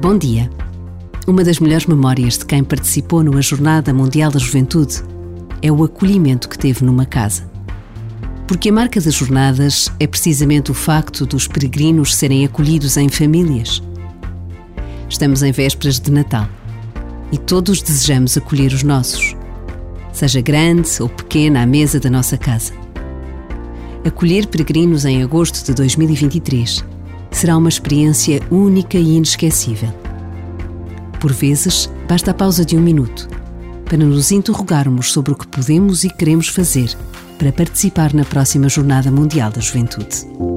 Bom dia. Uma das melhores memórias de quem participou numa Jornada Mundial da Juventude é o acolhimento que teve numa casa. Porque a marca das jornadas é precisamente o facto dos peregrinos serem acolhidos em famílias. Estamos em vésperas de Natal e todos desejamos acolher os nossos, seja grande ou pequena a mesa da nossa casa. Acolher peregrinos em agosto de 2023 será uma experiência única e inesquecível. Por vezes, basta a pausa de 1 minuto para nos interrogarmos sobre o que podemos e queremos fazer para participar na próxima Jornada Mundial da Juventude.